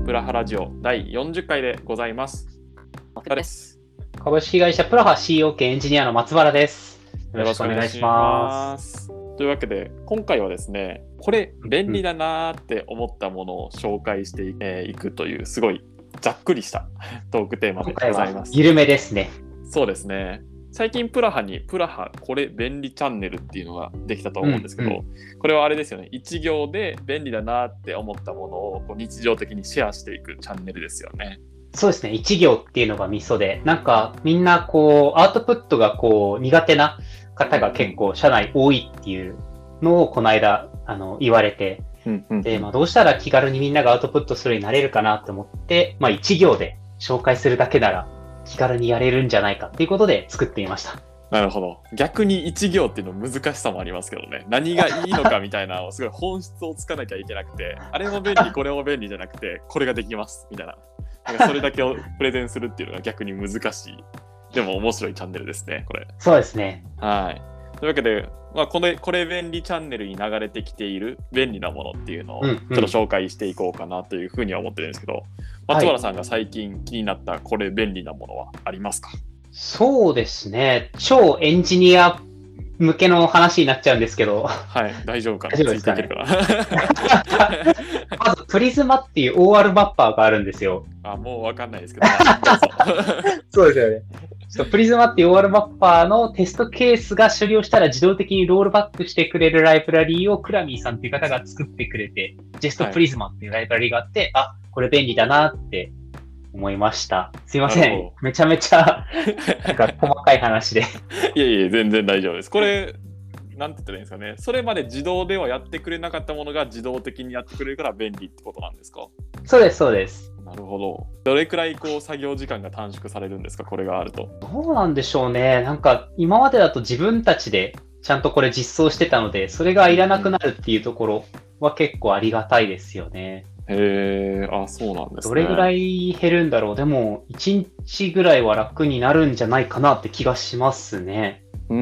プラハラジオ第40回でございます。松田です。 株式会社プラハ CEO 兼エンジニアの松原です。よろしくお願いします。 というわけで今回はですね、これ便利だなーって思ったものを紹介していくというすごいざっくりしたトークテーマでございます。今回は緩めですね。 そうですね。最近プラハにプラハこれ便利チャンネルっていうのができたと思うんですけど、これはあれですよね、一行で便利だなって思ったものをこう日常的にシェアしていくチャンネルですよね。 そうですね、一行っていうのがミソで、なんかみんなこうアウトプットがこう苦手な方が結構社内多いっていうのをこの間言われて、でどうしたら気軽にみんながアウトプットするようになれるかなと思って、一行で紹介するだけなら気軽にやれるんじゃないかっていうことで作ってみました。 なるほど。逆に一行っていうの難しさもありますけどね。何がいいのかみたいなのをすごい本質をつかなきゃいけなくて、あれも便利これも便利じゃなくてこれができますみたいな。なんかそれだけをプレゼンするっていうのが逆に難しい。でも面白いチャンネルですね、これ。 そうですね。 はい。というわけで、これ便利チャンネルに流れてきている便利なものっていうのをちょっと紹介していこうかなというふうには思ってるんですけど、松原さんが最近気になったこれ便利なものはありますか？ そうですね。超エンジニア向けの話になっちゃうんですけど。 はい、大丈夫かな？ 大丈夫ですかね。 ついていけるかなまず、プリズマっていう OR マッパーがあるんですよ。 もうわかんないですけど。 そうですよね。プリズマっていう OR マッパーのテストケースが終了したら自動的にロールバックしてくれるライブラリーをクラミーさんっていう方が作ってくれて、ジェストプリズマっていうライブラリーがあって、これ便利だなって思いました。すいません。めちゃめちゃなんか細かい話で。 いやいや、全然大丈夫です。これ、なんて言ったらいいんですかね。それまで自動ではやってくれなかったものが自動的にやってくれるから便利ってことなんですか？ そうです、そうです。 なるほど。どれくらい作業時間が短縮されるんですか、これがあると。 どうなんでしょうね。なんか今までだと自分たちでちゃんとこれ実装してたので、それがいらなくなるっていうところは結構ありがたいですよね。 へえ、そうなんですね。 どれぐらい減るんだろう。でも1日ぐらいは楽になるんじゃないかなって気がしますね。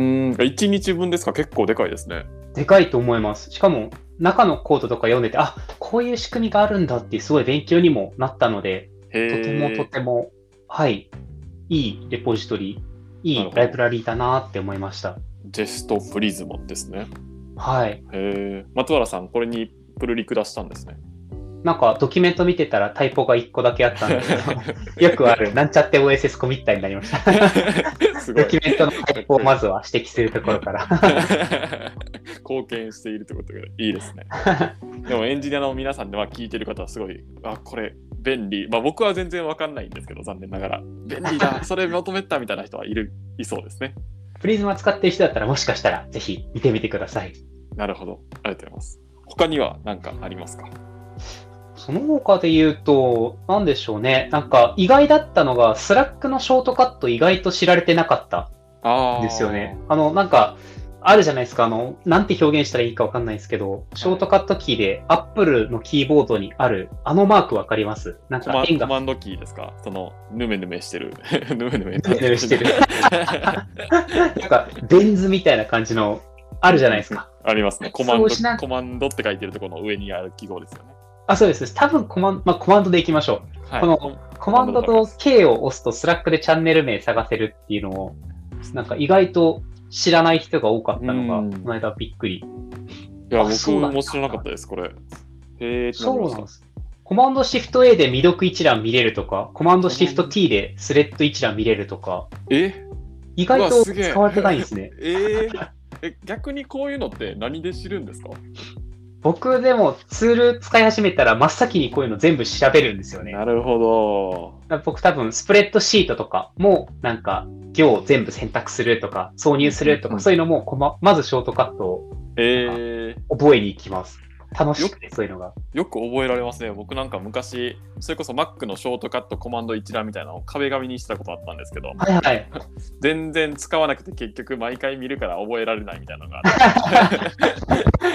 1日分ですか？結構でかいですね。 でかいと思います。しかも中のコードとか読んでて、こういう仕組みがあるんだっていうすごい勉強にもなったので、とても、いいレポジトリ、いいライブラリーだなって思いました。 ジェストプリズムですね。 はい。 松原さん、これにプルリク出したんですね。 なんかドキュメント見てたらタイプが1個だけあったんでよくあるなんちゃって OSS コミッターになりましたドキュメントのタイプをまずは指摘するところから貢献しているということがいいですねでもエンジニアの皆さんでは聞いてる方はすごいこれ便利、僕は全然わかんないんですけど残念ながら便利だそれ求めたみたいな人いそうですね。 プリズマ使ってる人だったらもしかしたらぜひ見てみてください。 なるほど、ありがとうございます。他には何かありますか？ その他で言うと、なんでしょうね。なんか意外だったのが、スラックのショートカット意外と知られてなかったんですよね。なんか、あるじゃないですか。なんて表現したらいいかわかんないですけど、ショートカットキーで Apple のキーボードにある、マークわかります？なんかコマンドキーですか？ヌメヌメしてる。ヌメヌメしてる。なんか、ベン図みたいな感じの、あるじゃないですか。 ありますね。コマンドって書いてるところの上にある記号ですよね。 そうです。多分コマンドでいきましょう。このコマンドと K を押すとスラックでチャンネル名探せるっていうのを、なんか意外と知らない人が多かったのが、この間びっくり。 いや、僕も知らなかったです、これ。 そうなんです。コマンドシフト A で未読一覧見れるとか、コマンドシフト T でスレッド一覧見れるとか、意外と使われてないんですね。 逆にこういうのって何で知るんですか？ 僕でもツール使い始めたら真っ先にこういうの全部調べるんですよね。 なるほど。 僕多分スプレッドシートとかもなんか行を全部選択するとか挿入するとか、そういうのもまずショートカットを覚えに行きます。楽しくてそういうのがよく覚えられますね。僕なんか昔それこそ Mac のショートカットコマンド一覧みたいなのを壁紙にしたことあったんですけど、全然使わなくて結局毎回見るから覚えられないみたいなのがあって使わ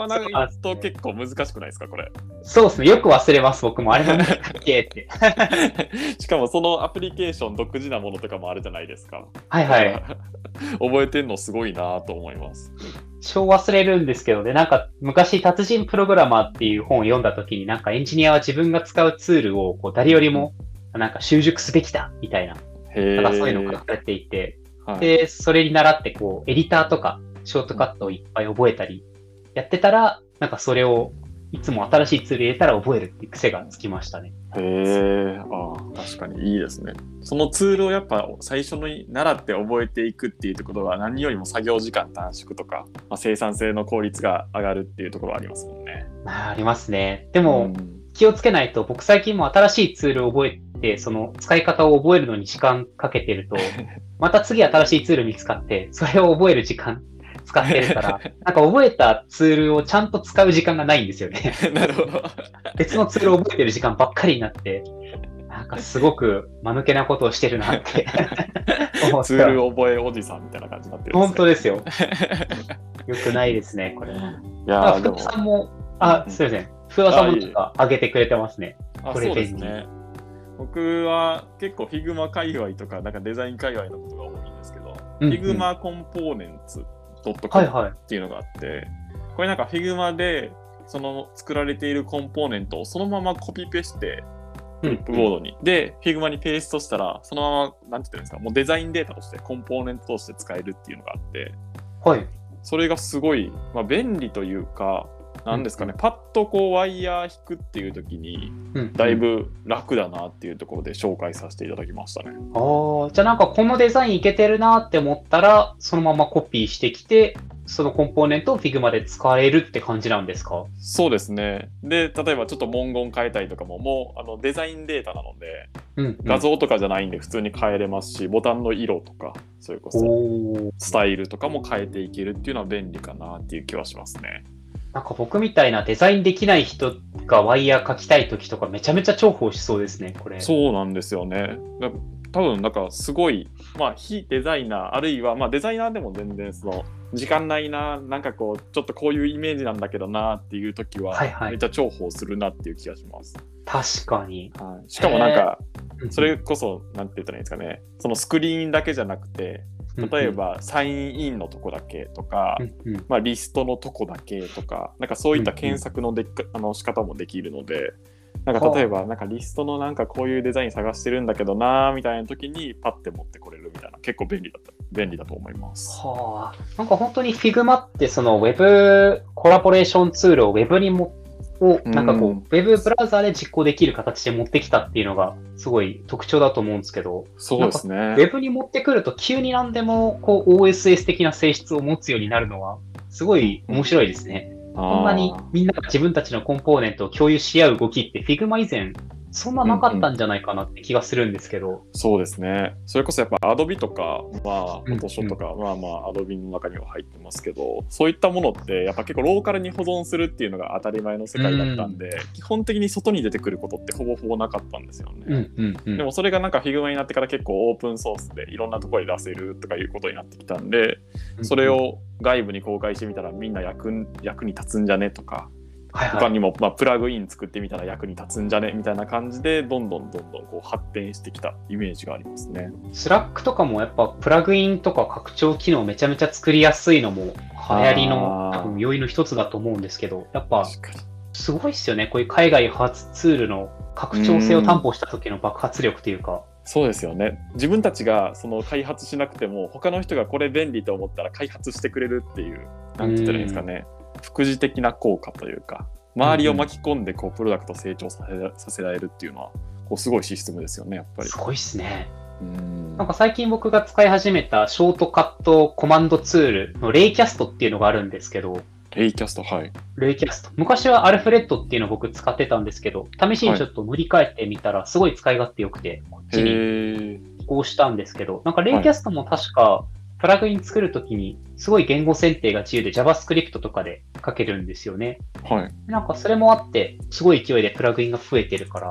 わないと結構難しくないですか、これ。 そうですね。よく忘れます、僕も。あれなんだっけって。 しかもそのアプリケーション独自なものとかもあるじゃないですか。 はいはい。 覚えてんのすごいなと思います。 超忘れるんですけどね、なんか昔達人プログラマーっていう本を読んだ時になんかエンジニアは自分が使うツールをこう誰よりもなんか習熟すべきだみたいな、なんかそういうのを書かれていて、 はい、 で、それに倣ってこうエディターとかショートカットをいっぱい覚えたりやってたら、なんかそれをいつも新しいツール入れたら覚えるっていう癖がつきましたね。 へえ、確かにいいですね。そのツールをやっぱ最初に習って覚えていくっていうところは何よりも作業時間短縮とか、生産性の効率が上がるっていうところはありますもんね。 ありますね。でも、気をつけないと、僕最近も新しいツールを覚えて、その使い方を覚えるのに時間かけてると、また次新しいツール見つかって、それを覚える時間使ってるから、なんか覚えたツールをちゃんと使う時間がないんですよね。 なるほど。 別のツールを覚えてる時間ばっかりになって、なんかすごく間抜けなことをしてるなって思った。ツール覚えおじさんみたいな感じになってるんですね。 本当ですよ。よくないですね、これ。いや福田さんも、すいません。福田さんもなんか上げてくれてますね。これそうですね。僕は結構 Figma 界隈とか、なんかデザイン界隈のことが多いんですけど、Figma コンポーネンツ.com っていうのがあって、これなんか Figma でその作られているコンポーネントをそのままコピペしてフリップボードに、で Figma にペーストしたらそのままなんて言ってるんですか、もうデザインデータとしてコンポーネントとして使えるっていうのがあって、 はい、 それがすごい、便利というか、なんですかね、パッとこうワイヤー引くっていう時にだいぶ楽だなっていうところで紹介させていただきましたね。 じゃあなんかこのデザインいけてるなって思ったらそのままコピーしてきて、そのコンポーネントを Figma で使えるって感じなんですか？ そうですね。で、例えばちょっと文言変えたりとかも、もうデザインデータなので、画像とかじゃないんで普通に変えれますし、ボタンの色とか、それこそスタイルとかも変えていけるっていうのは便利かなっていう気はしますね。 なんか僕みたいなデザインできない人がワイヤー描きたいときとかめちゃめちゃ重宝しそうですね、これ。 そうなんですよね。多分なんかすごい、非デザイナー、あるいはデザイナーでも全然その時間ないな、なんかこうちょっとこういうイメージなんだけどなっていう時は、めっちゃ重宝するなっていう気がします。 確かに。 しかもなんかそれこそなんて言ったらいいんですかね、そのスクリーンだけじゃなくて、例えばサインインのとこだけとか、リストのとこだけとか、なんかそういった検索の仕方もできるので、なんか例えばなんかリストのなんかこういうデザイン探してるんだけどなみたいな時にパッて持ってこれるみたいな、結構便利だと思います。 なんか本当に Figma ってその Web コラボレーションツールを Web になんかこう、Web ブラウザーで実行できる形で持ってきたっていうのがすごい特徴だと思うんですけど、 そうですね。 Web に持ってくると急に何でもこう OSS 的な性質を持つようになるのはすごい面白いですね。こんなにみんなが自分たちのコンポーネントを共有し合う動きって Figma 以前そんななかったんじゃないかなって気がするんですけど。 そうですね。それこそやっぱ Adobe とか、Photoshop とか、Adobe の中には入ってますけど、そういったものってやっぱ結構ローカルに保存するっていうのが当たり前の世界だったんで、基本的に外に出てくることってほぼほぼなかったんですよね。でもそれがなんか Figma になってから結構オープンソースでいろんなところに出せるとかいうことになってきたんで、それを外部に公開してみたらみんな役に立つんじゃねとか、他にもプラグイン作ってみたら役に立つんじゃねみたいな感じでどんどんこう発展してきたイメージがありますね。 スラックとかもやっぱプラグインとか拡張機能めちゃめちゃ作りやすいのも流行りの多分要因の一つだと思うんですけど、やっぱすごいっすよね。こういう海外発ツールの拡張性を担保した時の爆発力というか。 そうですよね。自分たちがその開発しなくても他の人がこれ便利と思ったら開発してくれるっていう、なんて言ったらいいんですかね。副次的な効果というか、周りを巻き込んでこうプロダクトを成長させられるっていうのはこうすごいシステムですよね、やっぱり。 すごいっすね。なんか最近僕が使い始めたショートカットコマンドツールのレイキャストっていうのがあるんですけど。 レイキャスト、はい。 レイキャスト。昔はアルフレッドっていうのを僕使ってたんですけど、試しにちょっと塗り替えてみたらすごい使い勝手良くて、こっちに移行したんですけど、なんかレイキャストも確か、プラグイン作るときに、すごい言語選定が自由で JavaScript とかで書けるんですよね。なんかそれもあって、すごい勢いでプラグインが増えてるから、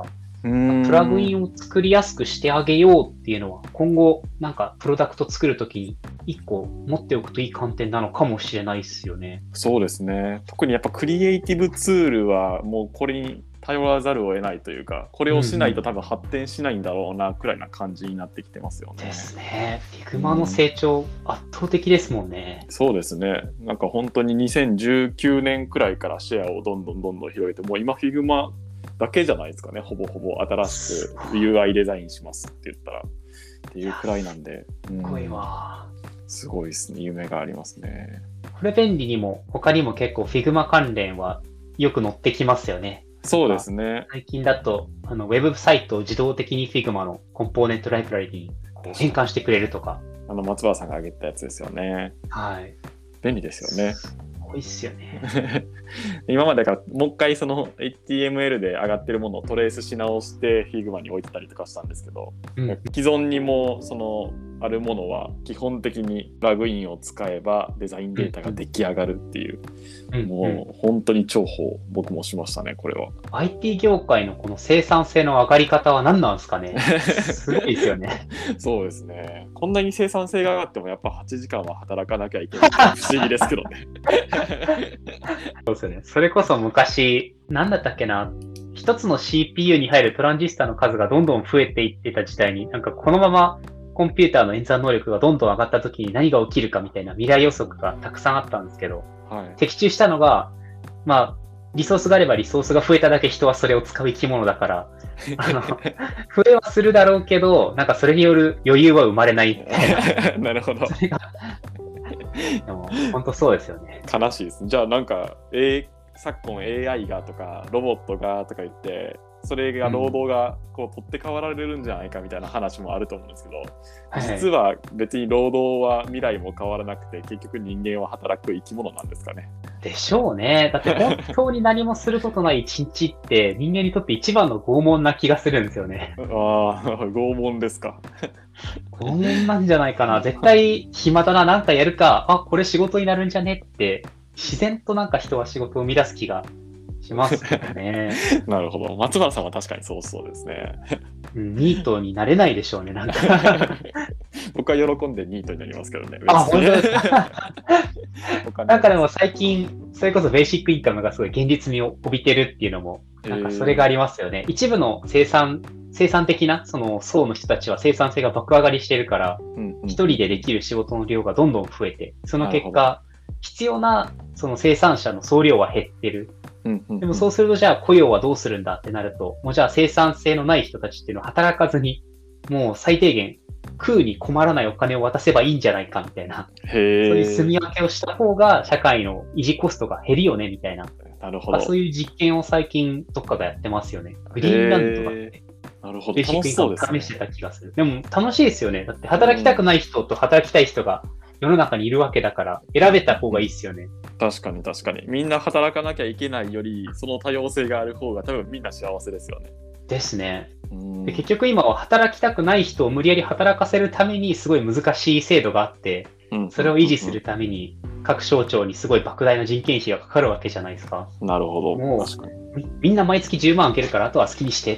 プラグインを作りやすくしてあげようっていうのは、今後、なんかプロダクト作るときに一個持っておくといい観点なのかもしれないですよね。 そうですね。特にやっぱクリエイティブツールはもうこれに頼らざるを得ないというか、これをしないと多分発展しないんだろうなくらいな感じになってきてますよね。 ですね。Figma の成長、圧倒的ですもんね。 そうですね。なんか本当に2019年くらいからシェアをどんどん広げて、もう今 Figma だけじゃないですかね。ほぼ新しく UI デザインしますって言ったらっていうくらいなんで、 すごいわ。 すごいですね。夢がありますね。 これ便利にも他にも結構 Figma 関連はよく載ってきますよね。 そうですね。 最近だとウェブサイトを自動的に Figma のコンポーネントライブラリに変換してくれるとか。 松原さんが挙げたやつですよね。 はい。 便利ですよね。 すごいっすよね。 今までからもう一回その HTML で上がってるものをトレースし直して Figma に置いてたりとかしたんですけど、既存にもそのあるものは基本的にプラグインを使えばデザインデータが出来上がるっていう、もう本当に重宝僕もしましたね、これは。 IT 業界のこの生産性の上がり方は何なんですかね。すごいですよね。 そうですね。こんなに生産性が上がってもやっぱ8時間は働かなきゃいけない不思議ですけどね。 そうですよね。それこそ昔、何だったっけな、一つの CPU に入るトランジスタの数がどんどん増えていってた時代に、なんかこのままコンピューターの演算能力がどんどん上がった時に何が起きるかみたいな未来予測がたくさんあったんですけど、的中したのが、リソースがあればリソースが増えただけ人はそれを使う生き物だから、増えはするだろうけど、なんかそれによる余裕は生まれないみたいな。 なるほど。 それがでも本当そうですよね。 悲しいです。じゃあなんか、昨今 AI がとかロボットがとか言ってそれが労働がこう取って代わられるんじゃないかみたいな話もあると思うんですけど、実は別に労働は未来も変わらなくて結局人間は働く生き物なんですかね。 でしょうね。だって本当に何もすることない一日って人間にとって一番の拷問な気がするんですよね。 ああ、拷問ですか。 拷問なんじゃないかな。絶対暇だな、なんかやるか、あ、これ仕事になるんじゃねって自然となんか人は仕事を生み出す気がしますけどね。 なるほど。松原さんは確かにそうですね。 ニートになれないでしょうね、なんか。 僕は喜んでニートになりますけどね。 あ、本当ですか。なんかでも最近、それこそベーシックインカムがすごい現実味を帯びてるっていうのも、なんかそれがありますよね。一部の生産的なその層の人たちは生産性が爆上がりしてるから、一人でできる仕事の量がどんどん増えて、その結果、必要なその生産者の総量は減ってる。でもそうするとじゃあ雇用はどうするんだってなると、もうじゃあ生産性のない人たちっていうのは働かずに、もう最低限食うに困らないお金を渡せばいいんじゃないかみたいな、そういう住み分けをした方が社会の維持コストが減るよねみたいな。 なるほど。 そういう実験を最近どっかがやってますよね。グリーンランドとかって。 なるほど。 ベーシックインカム試してた気がする。でも楽しいですよね。だって働きたくない人と働きたい人が世の中にいるわけだから選べた方がいいですよね。 確かに。みんな働かなきゃいけないよりその多様性がある方が多分みんな幸せですよね。 ですね。で結局今は働きたくない人を無理やり働かせるためにすごい難しい制度があって、それを維持するために各省庁にすごい莫大な人件費がかかるわけじゃないですか。 なるほど。 もうみんな毎月10万受けるからあとは好きにして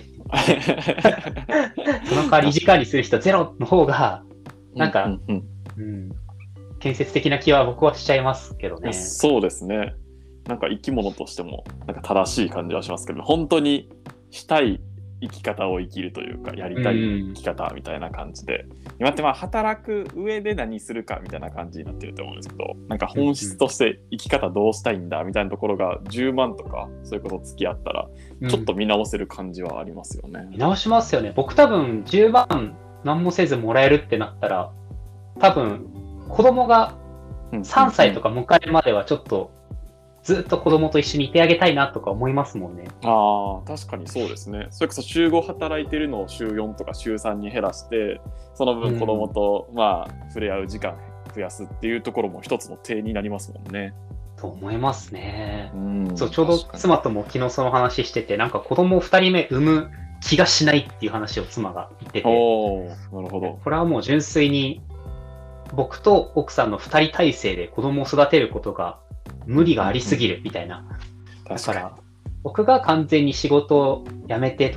その代わり維持管理する人ゼロの方がなんか、建設的な気は僕はしちゃいますけどね。 そうですね。なんか生き物としてもなんか正しい感じはしますけど、本当にしたい生き方を生きるというか、やりたい生き方みたいな感じで、今って働く上で何するかみたいな感じになってると思うんですけど、なんか本質として生き方どうしたいんだみたいなところが10万とかそういうこと付き合ったらちょっと見直せる感じはありますよね。 見直しますよね。僕多分10万何もせずもらえるってなったら、多分子供が3歳とか迎えるまではちょっとずっと子供と一緒にいてあげたいなとか思いますもんね。 ああ、確かにそうですね。それこそ週5働いてるのを週4とか週3に減らして、その分子供と触れ合う時間増やすっていうところも一つの手になりますもんね。 と思いますね。そう、ちょうど妻とも昨日その話してて、なんか子供を2人目産む気がしないっていう話を妻が言ってて。 なるほど。 これはもう純粋に僕と奥さんの2人体制で子供を育てることが無理がありすぎるみたいな。だから僕が完全に仕事を辞めてとか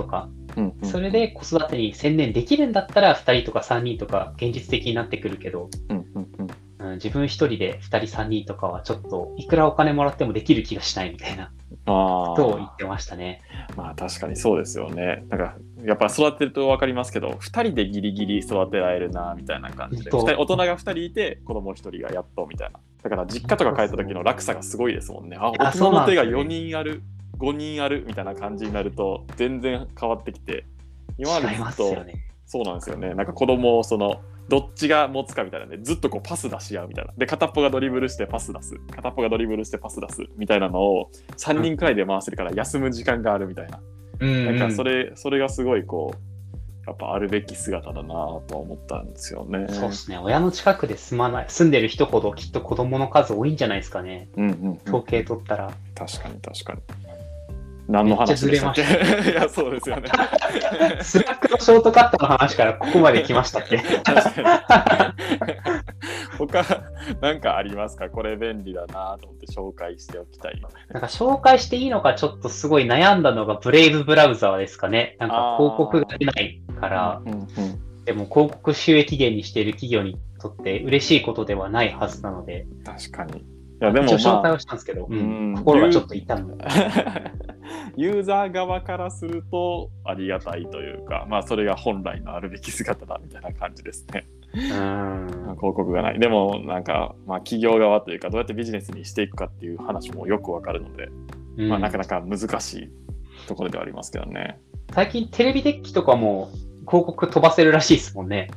それで子育てに専念できるんだったら2人とか3人とか現実的になってくるけど、自分1人で2人3人とかはちょっといくらお金もらってもできる気がしないみたいなことを言ってましたね。 まあ確かにそうですよね。なんかやっぱ育てると分かりますけど、2人でギリギリ育てられるなみたいな感じで、大人が2人いて子供1人がやっとみたいな。だから実家とか帰った時の落差がすごいですもんね。大人の手が4人ある、5人あるみたいな感じになると全然変わってきて、 今までずっとそうなんですよね。なんか子供をどっちが持つかみたいなね、ずっとこうパス出し合うみたいな。で、片っぽがドリブルしてパス出す。片っぽがドリブルしてパス出すみたいなのを3人くらいで回せるから休む時間があるみたいな。なんかそれがすごいこう、やっぱあるべき姿だなと思ったんですよね。 そうですね。親の近くで住んでる人ほどきっと子供の数多いんじゃないですかね。統計取ったら。 確かに。何の話でしたっけ？いや、そうですよね。 スラックのショートカットの話からここまで来ましたっけ？確かに。他、なんかありますか？これ便利だなと思って紹介しておきたい。 なんか紹介していいのかちょっとすごい悩んだのがブレイブブラウザーですかね。なんか広告が出ないから、でも広告収益源にしている企業にとって嬉しいことではないはずなので。 確かに。いやでも紹介をしたんですけど、心がちょっと痛む。 ユーザー側からするとありがたいというか、まあそれが本来のあるべき姿だみたいな感じですね。広告がない。でもなんか、まあ企業側というかどうやってビジネスにしていくかっていう話もよくわかるので、まあなかなか難しいところではありますけどね。 最近テレビデッキとかも広告飛ばせるらしいですもんね。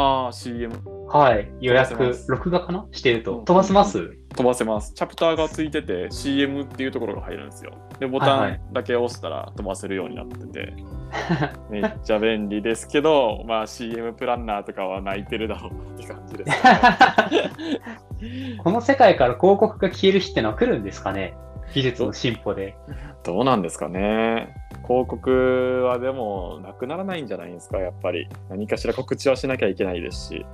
CM。 はい。予約、録画かなしてると。飛ばせます？ 飛ばせます。チャプターがついてて CM っていうところが入るんですよ。で、ボタンだけ押したら飛ばせるようになってて、めっちゃ便利ですけど、まあ CM プランナーとかは泣いてるだろうって感じですね。 この世界から広告が消える日ってのは来るんですかね？技術の進歩で。 どうなんですかね。広告はでもなくならないんじゃないですか、やっぱり。何かしら告知はしなきゃいけないですし。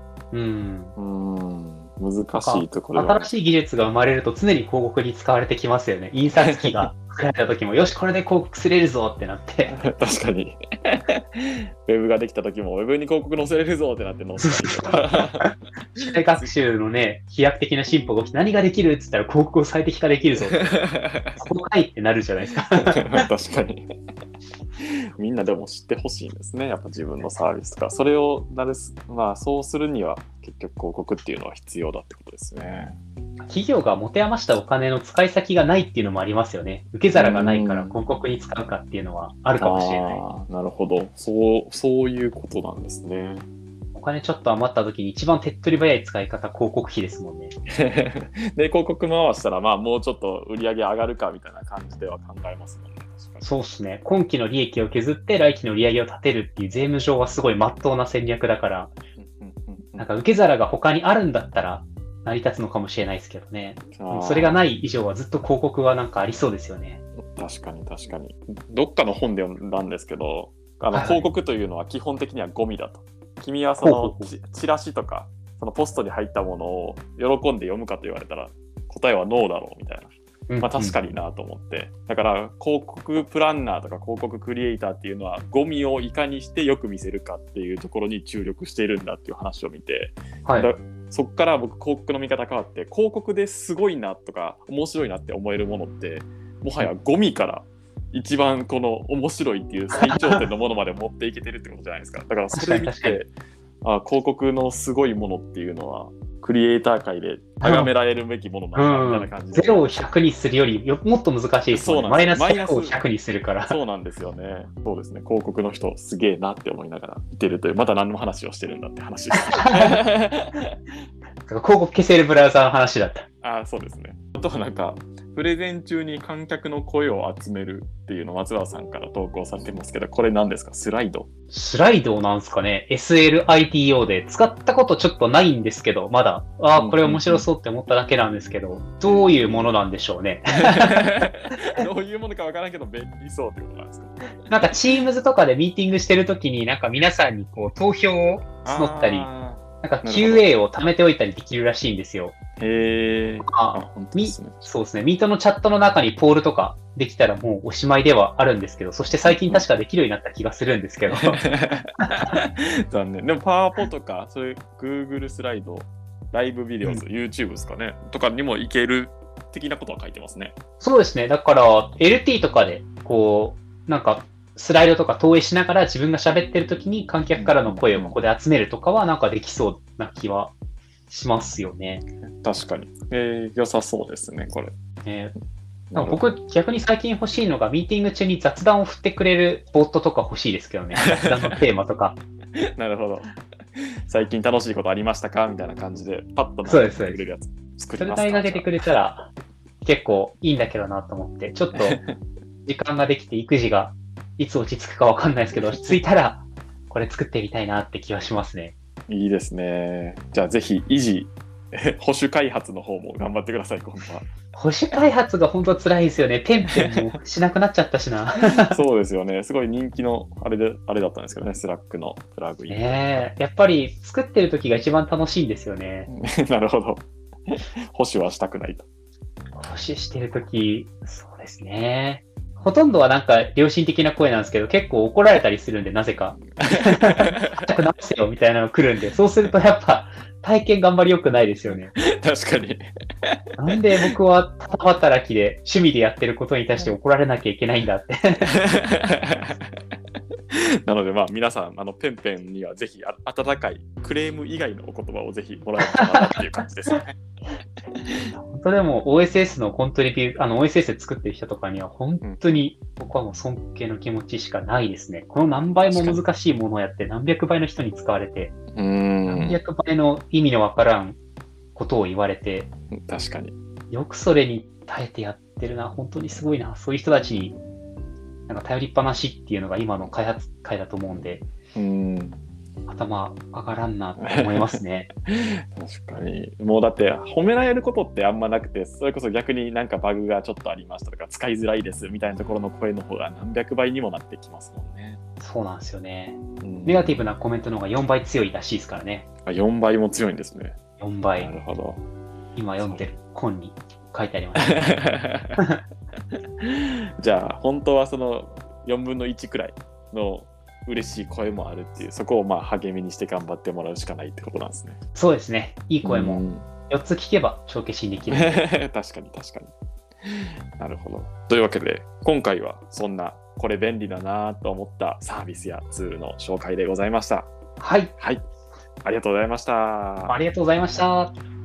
難しいところ新しい技術が生まれると常に広告に使われてきますよね。印刷機が作られた時もよしこれで広告すれるぞってなって確かにウェブができた時もウェブに広告載せれるぞってなって載せたりとか機械学習のね飛躍的な進歩が起きて何ができるって言ったら広告を最適化できるぞここかいってなるじゃないですか確かにみんなでも知ってほしいんですね、やっぱ自分のサービスとか。それをまあそうするには結局広告っていうのは必要だってことですね。 企業が持て余したお金の使い先がないっていうのもありますよね。受け皿がないから広告に使うかっていうのはあるかもしれない。 なるほど。そういうことなんですね。 お金ちょっと余った時に一番手っ取り早い使い方広告費ですもんね。 で広告回したらまあもうちょっと売り上げ上がるかみたいな感じでは考えますもんね。 そうですね。今期の利益を削って来期の売り上げを立てるっていう税務上はすごい真っ当な戦略だから、なんか受け皿が他にあるんだったら成り立つのかもしれないですけどね。それがない以上はずっと広告はなんかありそうですよね。 確かに。どっかの本で読んだんですけど、広告というのは基本的にはゴミだと。君はそのチラシとかそのポストに入ったものを喜んで読むかと言われたら答えはノーだろうみたいな。まあ確かになと思って、だから広告プランナーとか広告クリエイターっていうのはゴミをいかにしてよく見せるかっていうところに注力しているんだっていう話を見て、そこから僕広告の見方変わって、広告ですごいなとか面白いなって思えるものってもはやゴミから一番この面白いっていう最頂点のものまで持っていけてるってことじゃないですか。だからそれ見て広告のすごいものっていうのはクリエイター界で崇められるべきものなんだみたいな感じで、 0を100にするよりもっと難しいですよね。マイナス100を100にするから。 そうなんですよね。そうですね。広告の人すげえなって思いながら見てるという、また何の話をしてるんだって話です広告消せるブラウザーの話だった。 そうですね。あとはなんかプレゼン中に観客の声を集めるっていうのを松原さんから投稿されてますけど、これ何ですか？スライドなんですかね。 SLIDO で使ったことちょっとないんですけど、まだこれ面白そうって思っただけなんですけど、どういうものなんでしょうねどういうものかわからんけど便利そうってことなんですか？ なんか Teams とかでミーティングしてるときになんか皆さんにこう投票を募ったり、なんか QA を貯めておいたりできるらしいんですよ。 へえ。 本当ですね。そうですね。ミートのチャットの中にポールとかできたらもうおしまいではあるんですけど、そして最近確かできるようになった気がするんですけど。 残念。でも、パワポとか、そういう Google スライド、ライブビデオズ、YouTube ですかね、とかにもいける的なことは書いてますね。 そうですね。だから、LT とかで、こう、なんか、スライドとか投影しながら自分が喋ってる時に観客からの声をここで集めるとかはなんかできそうな気はしますよね。 確かに。良さそうですね、これ。 なんか僕、逆に最近欲しいのが、ミーティング中に雑談を振ってくれるボットとか欲しいですけどね。雑談のテーマとか。 なるほど。最近楽しいことありましたかみたいな感じで、パッと投げてくれるやつ作りますか。 それ投げてくれたら結構いいんだけどなと思って、ちょっと時間ができて育児がいつ落ち着くかわかんないですけど、落ち着いたらこれ作ってみたいなって気はしますね。 いいですね。じゃあぜひ維持、保守開発の方も頑張ってください、今度は。 保守開発が本当辛いですよね。ペンペンもしなくなっちゃったしな。 そうですよね。すごい人気のあれだったんですけどね、スラックのプラグイン。 やっぱり作ってる時が一番楽しいんですよね。 なるほど。保守はしたくないと。 保守してる時、そうですね。ほとんどはなんか良心的な声なんですけど、結構怒られたりするんで、なぜか。早く直せよみたいなの来るんで、そうするとやっぱ体験頑張り良くないですよね。 確かに。 なんで僕はただ働きで趣味でやってることに対して怒られなきゃいけないんだって。 なので皆さんペンペンにはぜひ温かいクレーム以外のお言葉をぜひもらえたらなっていう感じですね。 本当でも OSS の本当にOSS で作ってる人とかには本当に僕はもう尊敬の気持ちしかないですね。この何倍も難しいものをやって何百倍の人に使われて、何百倍の意味のわからんことを言われて、 確かによくそれに耐えてやってるな、本当にすごいな。そういう人たちになんか頼りっぱなしっていうのが今の開発会だと思うんで、頭上がらんなって思いますね。 確かに。もうだって褒められることってあんまなくて、それこそ逆になんかバグがちょっとありましたとか使いづらいですみたいなところの声の方が何百倍にもなってきますもんね。 そうなんですよね。ネガティブなコメントの方が4倍強いらしいですからね。 4倍も強いんですね。 4倍。 なるほど。 今読んでる本に書いてあります、ね。 じゃあ本当はその4分の1くらいの嬉しい声もあるっていう、そこを励みにして頑張ってもらうしかないってことなんですね。 そうですね。いい声も4つ聞けば帳消しにできる。 確かに。なるほど。というわけで今回はそんなこれ便利だなと思ったサービスやツールの紹介でございました。 はい。 はい。ありがとうございました。 ありがとうございました。